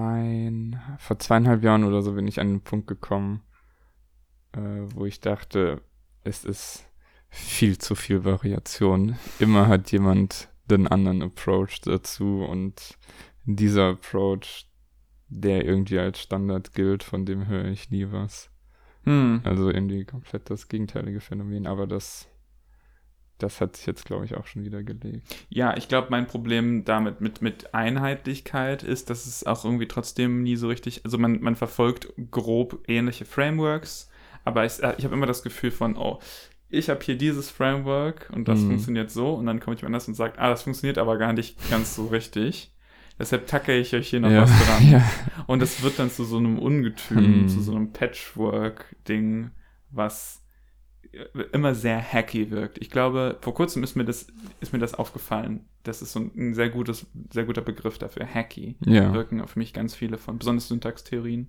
2,5 Jahren oder so bin ich an den Punkt gekommen, wo ich dachte, es ist viel zu viel Variation. Immer hat jemand den anderen Approach dazu und dieser Approach, der irgendwie als Standard gilt, von dem höre ich nie was. Also irgendwie komplett das gegenteilige Phänomen, aber das hat sich jetzt, glaube ich, auch schon wieder gelegt. Ja, ich glaube, mein Problem damit mit Einheitlichkeit ist, dass es auch irgendwie trotzdem nie so richtig, also man verfolgt grob ähnliche Frameworks, aber ich habe immer das Gefühl von, ich habe hier dieses Framework und das funktioniert so und dann kommt jemand anders und sagt, das funktioniert aber gar nicht ganz so richtig. Deshalb tacke ich euch hier noch was dran. Ja. Und das wird dann zu so einem Ungetüm, zu so einem Patchwork-Ding, was immer sehr hacky wirkt. Ich glaube, vor kurzem ist mir das aufgefallen. Das ist so ein sehr guter Begriff dafür. Hacky. Wirken auf mich ganz viele von, besonders Syntaxtheorien.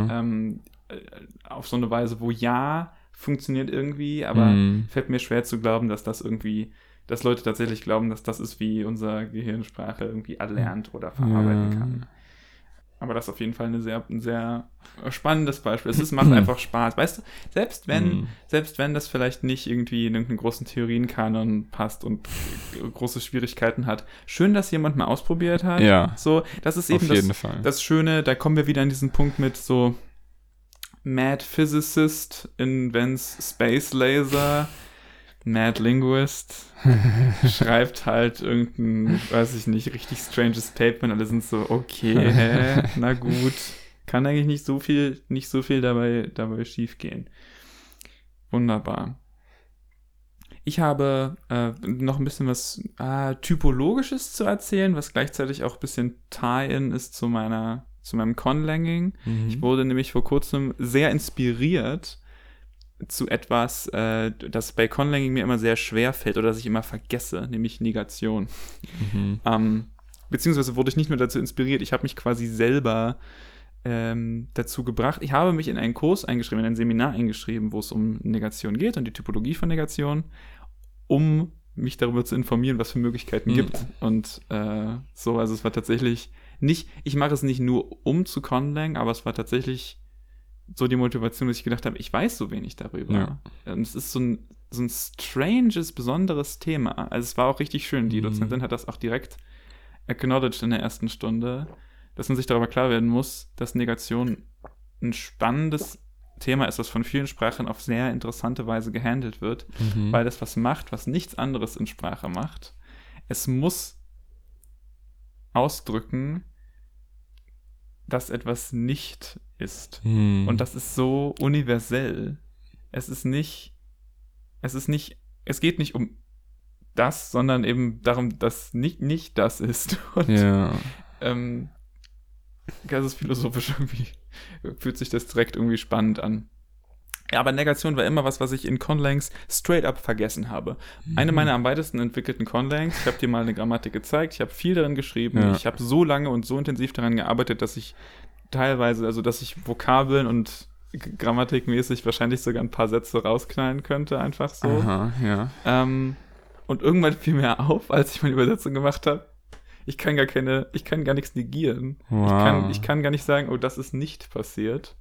Auf so eine Weise, wo funktioniert irgendwie, aber fällt mir schwer zu glauben, dass Leute tatsächlich glauben, dass das ist, wie unser Gehirnsprache irgendwie erlernt oder verarbeiten kann. Aber das ist auf jeden Fall ein sehr spannendes Beispiel. Es macht einfach Spaß. Weißt du, selbst wenn das vielleicht nicht irgendwie in irgendeinen großen Theorienkanon passt und große Schwierigkeiten hat, schön, dass jemand mal ausprobiert hat. Ja, so, das ist eben das Schöne, da kommen wir wieder an diesen Punkt mit so Mad Physicist invents Space Laser, Mad Linguist schreibt halt irgendein, weiß ich nicht, richtig stranges Paper und alle sind so, okay, na gut, kann eigentlich nicht so viel dabei schief gehen. Wunderbar. Ich habe noch ein bisschen was Typologisches zu erzählen, was gleichzeitig auch ein bisschen Tie-in ist zu meinem Conlanging. Ich wurde nämlich vor kurzem sehr inspiriert zu etwas, das bei Conlanging mir immer sehr schwer fällt oder das ich immer vergesse, nämlich Negation. Beziehungsweise wurde ich nicht nur dazu inspiriert, ich habe mich quasi selber dazu gebracht. Ich habe mich in einen Kurs eingeschrieben, in ein Seminar eingeschrieben, wo es um Negation geht und die Typologie von Negation, um mich darüber zu informieren, was für Möglichkeiten gibt. Und also es war tatsächlich nicht, ich mache es nicht nur um zu Conlang, aber es war tatsächlich so die Motivation, dass ich gedacht habe, ich weiß so wenig darüber. Ja. Und es ist so ein stranges, besonderes Thema. Also es war auch richtig schön. Die Dozentin hat das auch direkt acknowledged in der ersten Stunde, dass man sich darüber klar werden muss, dass Negation ein spannendes Thema ist, was von vielen Sprachen auf sehr interessante Weise gehandelt wird, weil das was macht, was nichts anderes in Sprache macht. Es muss ausdrücken, dass etwas nicht ist. Und das ist so universell. Es geht nicht um das, sondern eben darum, dass nicht das ist. Und das ist philosophisch irgendwie, fühlt sich das direkt irgendwie spannend an. Ja, aber Negation war immer was ich in Conlangs straight up vergessen habe. Eine meiner am weitesten entwickelten Conlangs, ich habe dir mal eine Grammatik gezeigt, ich habe viel darin geschrieben, ich habe so lange und so intensiv daran gearbeitet, dass ich teilweise, also dass ich Vokabeln und grammatikmäßig wahrscheinlich sogar ein paar Sätze rausknallen könnte, einfach so. Aha, ja. Und irgendwann fiel mir auf, als ich meine Übersetzung gemacht habe, ich kann gar nichts negieren. Wow. Ich kann gar nicht sagen, oh, das ist nicht passiert.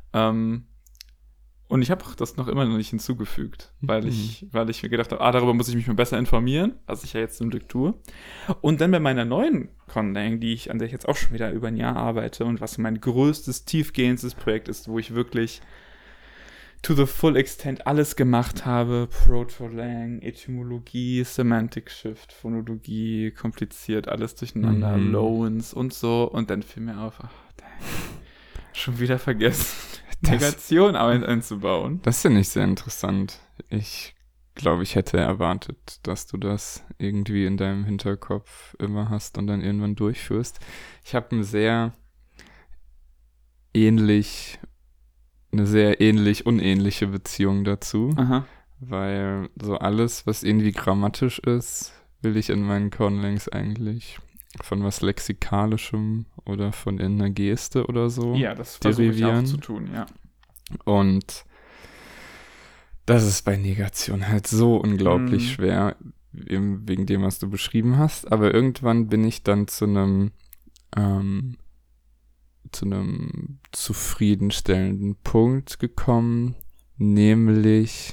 Und ich habe das noch immer noch nicht hinzugefügt, weil ich mir gedacht habe, darüber muss ich mich mal besser informieren, was ich ja jetzt zum Glück tue. Und dann bei meiner neuen Conlang, an der ich jetzt auch schon wieder über ein Jahr arbeite und was mein größtes, tiefgehendstes Projekt ist, wo ich wirklich to the full extent alles gemacht habe, Proto-Lang, Etymologie, Semantic Shift, Phonologie, kompliziert, alles durcheinander, Loans und so. Und dann fiel mir auf, schon wieder vergessen, Negation einzubauen. Das finde ich sehr interessant. Ich glaube, ich hätte erwartet, dass du das irgendwie in deinem Hinterkopf immer hast und dann irgendwann durchführst. Ich habe eine sehr ähnlich unähnliche Beziehung dazu. Aha. Weil so alles, was irgendwie grammatisch ist, will ich in meinen Conlangs eigentlich von was Lexikalischem oder von einer Geste oder so das versuche ich auch zu tun, ja. Und das ist bei Negation halt so unglaublich schwer, eben wegen dem, was du beschrieben hast. Aber irgendwann bin ich dann zu einem zufriedenstellenden Punkt gekommen, nämlich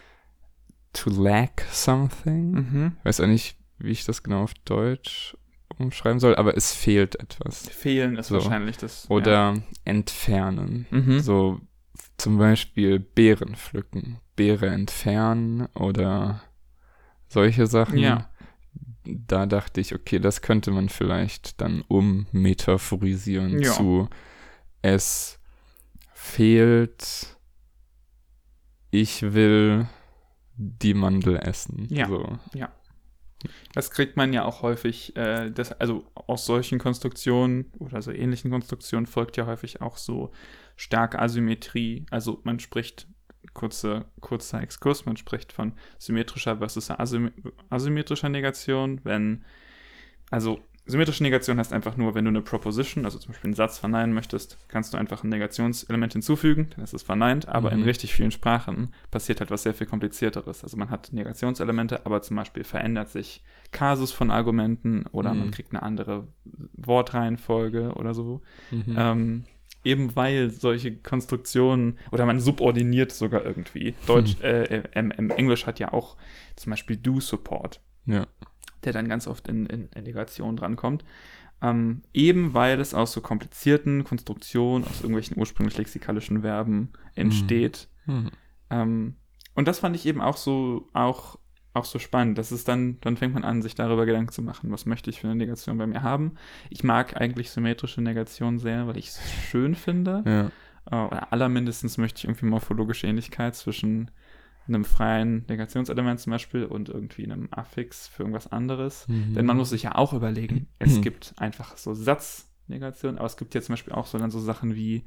to lack something. Ich weiß auch nicht, wie ich das genau auf Deutsch umschreiben soll, aber es fehlt etwas. Fehlen ist wahrscheinlich das. Oder entfernen. Mhm. So zum Beispiel Beeren pflücken, Beere entfernen oder solche Sachen. Ja. Da dachte ich, okay, das könnte man vielleicht dann ummetaphorisieren Ja. zu es fehlt, ich will die Mandel essen. Ja. So. Das kriegt man ja auch häufig, also aus solchen Konstruktionen oder so ähnlichen Konstruktionen folgt ja häufig auch so starke Asymmetrie. Also man spricht, kurzer Exkurs, man spricht von symmetrischer versus asymmetrischer Negation, also symmetrische Negation heißt einfach nur, wenn du eine Proposition, also zum Beispiel einen Satz verneinen möchtest, kannst du einfach ein Negationselement hinzufügen, dann ist es verneint, aber in richtig vielen Sprachen passiert halt was sehr viel Komplizierteres. Also man hat Negationselemente, aber zum Beispiel verändert sich Kasus von Argumenten oder man kriegt eine andere Wortreihenfolge oder so. Eben weil solche Konstruktionen, oder man subordiniert sogar irgendwie. Im Englisch hat ja auch zum Beispiel Do-Support. Ja. Der dann ganz oft in Negation drankommt. Eben weil es aus so komplizierten Konstruktionen, aus irgendwelchen ursprünglich lexikalischen Verben entsteht. Und das fand ich eben auch so spannend. Das ist dann fängt man an, sich darüber Gedanken zu machen, was möchte ich für eine Negation bei mir haben. Ich mag eigentlich symmetrische Negation sehr, weil ich es schön finde. Ja. Oder allermindestens möchte ich irgendwie morphologische Ähnlichkeit zwischen einem freien Negationselement zum Beispiel und irgendwie einem Affix für irgendwas anderes. Denn man muss sich ja auch überlegen, es gibt einfach so Satznegation, aber es gibt ja zum Beispiel auch so dann so Sachen wie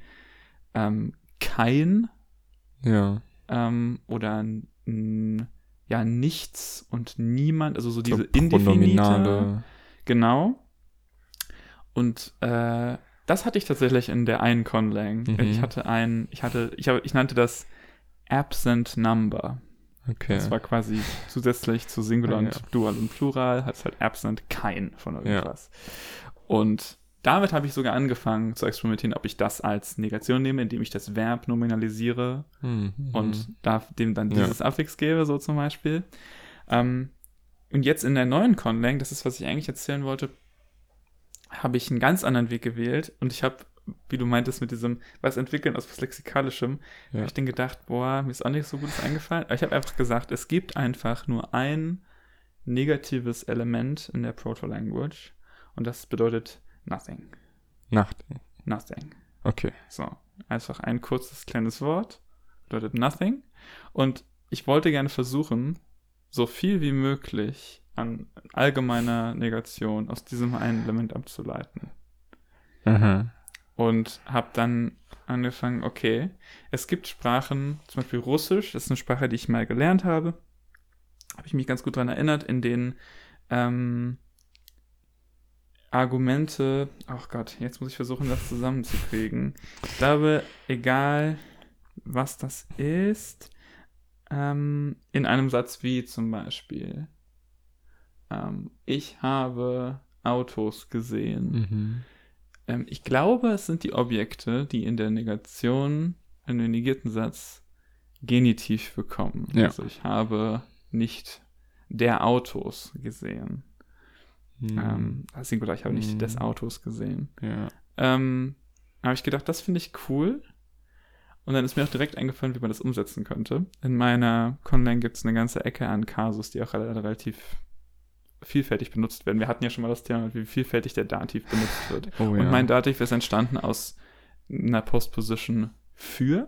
kein oder nichts und niemand, also so diese Indefinite. Genau. Und das hatte ich tatsächlich in der einen Conlang. Ich nannte das Absent Number. Okay. Das war quasi zusätzlich zu Singular und Dual und Plural, hat es halt Absent kein von irgendwas. Und damit habe ich sogar angefangen zu experimentieren, ob ich das als Negation nehme, indem ich das Verb nominalisiere und dem dann dieses Affix gebe, so zum Beispiel. Und jetzt in der neuen Conlang, das ist, was ich eigentlich erzählen wollte, habe ich einen ganz anderen Weg gewählt und ich habe, wie du meintest, mit diesem was entwickeln aus was Lexikalischem, habe ich dann gedacht, mir ist auch nicht so Gutes eingefallen. Aber ich habe einfach gesagt, es gibt einfach nur ein negatives Element in der Proto-Language und das bedeutet nothing. Nothing. Okay. So, einfach ein kurzes, kleines Wort, bedeutet nothing. Und ich wollte gerne versuchen, so viel wie möglich an allgemeiner Negation aus diesem einen Element abzuleiten. Und habe dann angefangen, okay, es gibt Sprachen, zum Beispiel Russisch, das ist eine Sprache, die ich mal gelernt habe, habe ich mich ganz gut daran erinnert, in denen Argumente, ach Gott, jetzt muss ich versuchen, das zusammenzukriegen. Ich glaube, egal was das ist, in einem Satz wie zum Beispiel, ich habe Autos gesehen. Ich glaube, es sind die Objekte, die in der Negation, in dem negierten Satz, Genitiv bekommen. Ja. Also ich habe nicht der Autos gesehen. Singular, ich habe nicht des Autos gesehen. Ja. Habe ich gedacht, das finde ich cool. Und dann ist mir auch direkt eingefallen, wie man das umsetzen könnte. In meiner Conlang gibt es eine ganze Ecke an Kasus, die auch relativ vielfältig benutzt werden. Wir hatten ja schon mal das Thema, wie vielfältig der Dativ benutzt wird. Und mein Dativ ist entstanden aus einer Postposition für.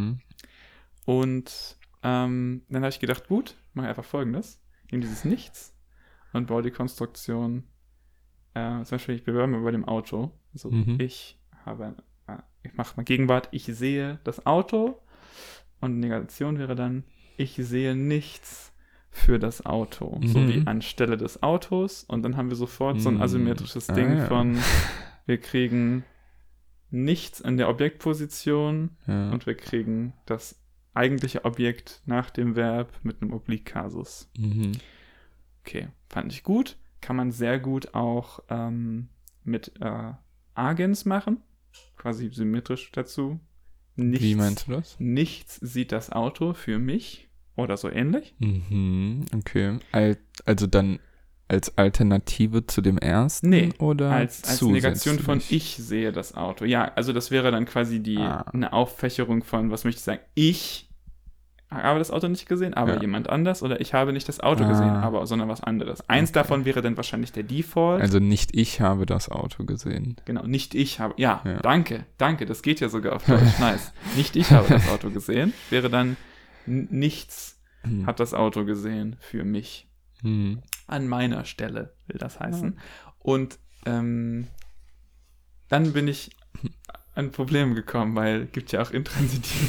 Und dann habe ich gedacht, gut, mache einfach Folgendes. Nehme dieses Nichts und baue die Konstruktion, zum Beispiel, ich bewerbe mich bei dem Auto. Also ich mache mal Gegenwart, ich sehe das Auto und Negation wäre dann, ich sehe nichts für das Auto, so wie anstelle des Autos. Und dann haben wir sofort so ein asymmetrisches Ding von, wir kriegen nichts in der Objektposition und wir kriegen das eigentliche Objekt nach dem Verb mit einem Oblikkasus. Okay, fand ich gut. Kann man sehr gut auch mit Agens machen, quasi symmetrisch dazu. Wie meinst du das? Nichts sieht das Auto für mich oder so ähnlich. Okay. Also dann als Alternative zu dem ersten? Nee, oder als Negation von ich sehe das Auto. Ja, also das wäre dann quasi eine Auffächerung von, was möchte ich sagen, ich habe das Auto nicht gesehen, aber jemand anders, oder ich habe nicht das Auto gesehen, sondern was anderes. Eins davon wäre dann wahrscheinlich der Default. Also nicht ich habe das Auto gesehen. Genau, nicht ich habe, danke, das geht ja sogar auf Deutsch, nice. Nicht ich habe das Auto gesehen, wäre dann nichts hat das Auto gesehen für mich. An meiner Stelle, will das heißen. Und dann bin ich an Probleme gekommen, weil es gibt ja auch intransitive.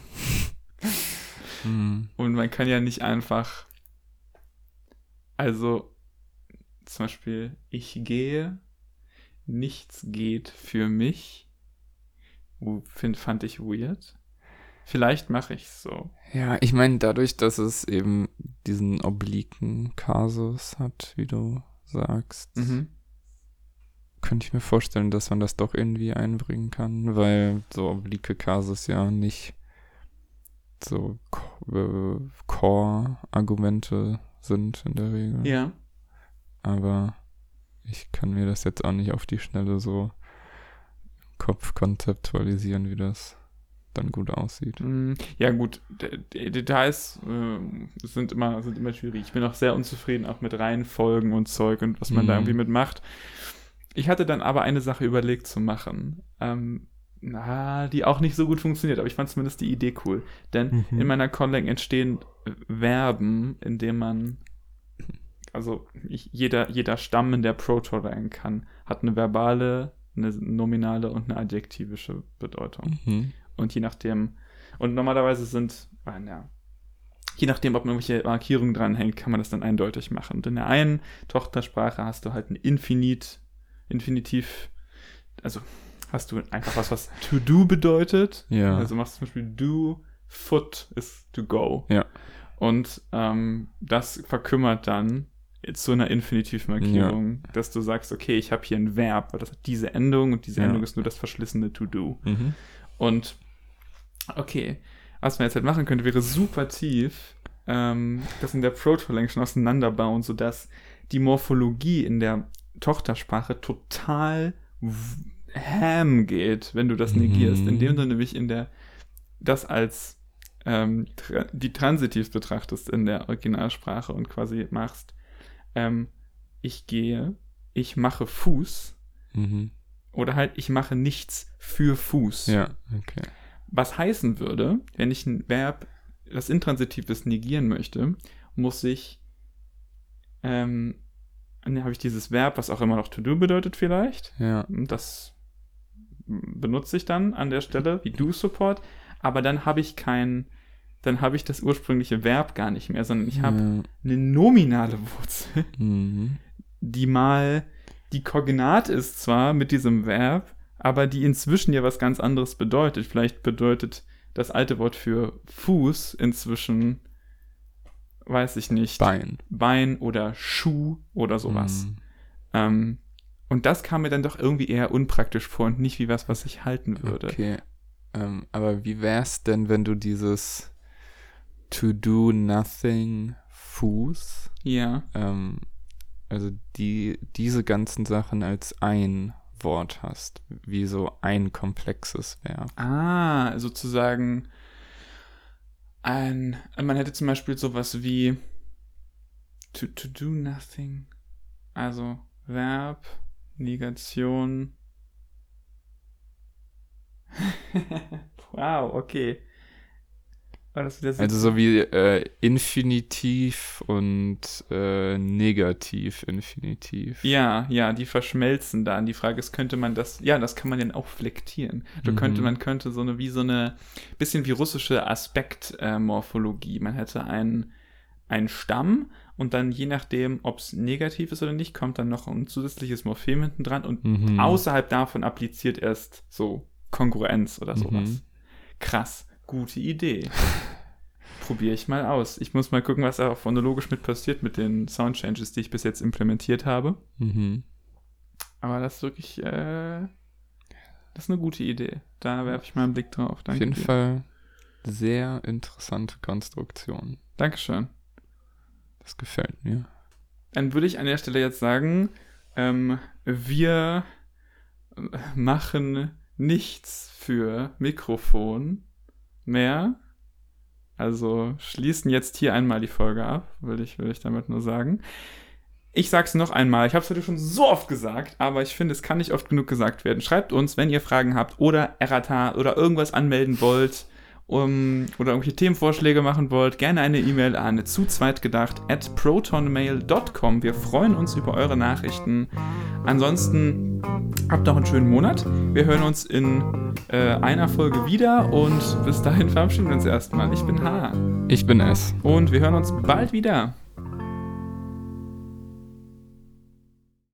Und man kann ja nicht einfach, also zum Beispiel, ich gehe, nichts geht für mich, fand ich weird. Vielleicht mache ich es so. Ja, ich meine, dadurch, dass es eben diesen obliken Kasus hat, wie du sagst, könnte ich mir vorstellen, dass man das doch irgendwie einbringen kann, weil so oblike Kasus ja nicht so Core-Argumente sind in der Regel. Ja. Aber ich kann mir das jetzt auch nicht auf die Schnelle so im Kopf konzeptualisieren, wie das dann gut aussieht. Ja gut, Details sind immer schwierig. Ich bin auch sehr unzufrieden auch mit Reihenfolgen und Zeug und was man da irgendwie mitmacht. Ich hatte dann aber eine Sache überlegt zu machen, die auch nicht so gut funktioniert, aber ich fand zumindest die Idee cool. Denn in meiner Conlang entstehen Verben, indem man, also jeder Stamm in der Proto-Lang hat eine verbale, eine nominale und eine adjektivische Bedeutung. Und je nachdem, und normalerweise je nachdem, ob man irgendwelche Markierungen dranhängt, kann man das dann eindeutig machen. Und in der einen Tochtersprache hast du halt ein Infinitiv, also hast du einfach was to do bedeutet. Ja. Also machst du zum Beispiel do, foot ist to go. Ja. Und das verkümmert dann zu einer Infinitivmarkierung, dass du sagst, okay, ich habe hier ein Verb, weil das hat diese Endung und diese Endung ist nur das verschlissene to do. Und okay, was man jetzt halt machen könnte, wäre super tief, das in der Proto-Lang schon auseinanderbauen, sodass die Morphologie in der Tochtersprache total ham geht, wenn du das negierst, indem du nämlich das als die Transitiv betrachtest in der Originalsprache und quasi machst, ich gehe, ich mache Fuß oder halt ich mache nichts für Fuß. Ja, okay. Was heißen würde, wenn ich ein Verb, das intransitiv ist, negieren möchte, muss ich dann habe ich dieses Verb, was auch immer noch to do bedeutet vielleicht. Ja. Das benutze ich dann an der Stelle wie do Support, aber dann habe ich das ursprüngliche Verb gar nicht mehr, sondern ich habe eine nominale Wurzel, die mal die Koordinat ist zwar mit diesem Verb, aber die inzwischen ja was ganz anderes bedeutet. Vielleicht bedeutet das alte Wort für Fuß inzwischen, weiß ich nicht, Bein oder Schuh oder sowas. Und das kam mir dann doch irgendwie eher unpraktisch vor und nicht wie was ich halten würde. Okay, aber wie wär's denn, wenn du dieses to do nothing Fuß, also diese ganzen Sachen als ein Wort hast, wie so ein komplexes Verb. Sozusagen man hätte zum Beispiel sowas wie to do nothing, also Verb, Negation. Wow, okay. Also so wie Infinitiv und Negativ-Infinitiv. Ja, die verschmelzen dann. Die Frage ist, könnte man das kann man dann auch flektieren. Man könnte so eine bisschen wie russische Aspektmorphologie. Man hätte einen Stamm und dann je nachdem, ob es negativ ist oder nicht, kommt dann noch ein zusätzliches Morphem hinten dran und außerhalb davon appliziert erst so Kongruenz oder sowas. Krass. Gute Idee. Probiere ich mal aus. Ich muss mal gucken, was da phonologisch mit passiert mit den Soundchanges, die ich bis jetzt implementiert habe. Aber das ist wirklich, das ist eine gute Idee. Da werfe ich mal einen Blick drauf. Danke. Auf jeden Fall sehr interessante Konstruktion. Dankeschön. Das gefällt mir. dann würde ich an der Stelle jetzt sagen, wir machen nichts für Mikrofon mehr. Also schließen jetzt hier einmal die Folge ab, will ich damit nur sagen. Ich sag's noch einmal, ich habe es heute schon so oft gesagt, aber ich finde, es kann nicht oft genug gesagt werden. Schreibt uns, wenn ihr Fragen habt oder Errata oder irgendwas anmelden wollt oder irgendwelche Themenvorschläge machen wollt, gerne eine E-Mail an zuzweitgedacht@protonmail.com. Wir freuen uns über eure Nachrichten. Ansonsten habt noch einen schönen Monat. Wir hören uns in einer Folge wieder und bis dahin verabschieden wir uns erstmal. Ich bin H. Ich bin S. Und wir hören uns bald wieder.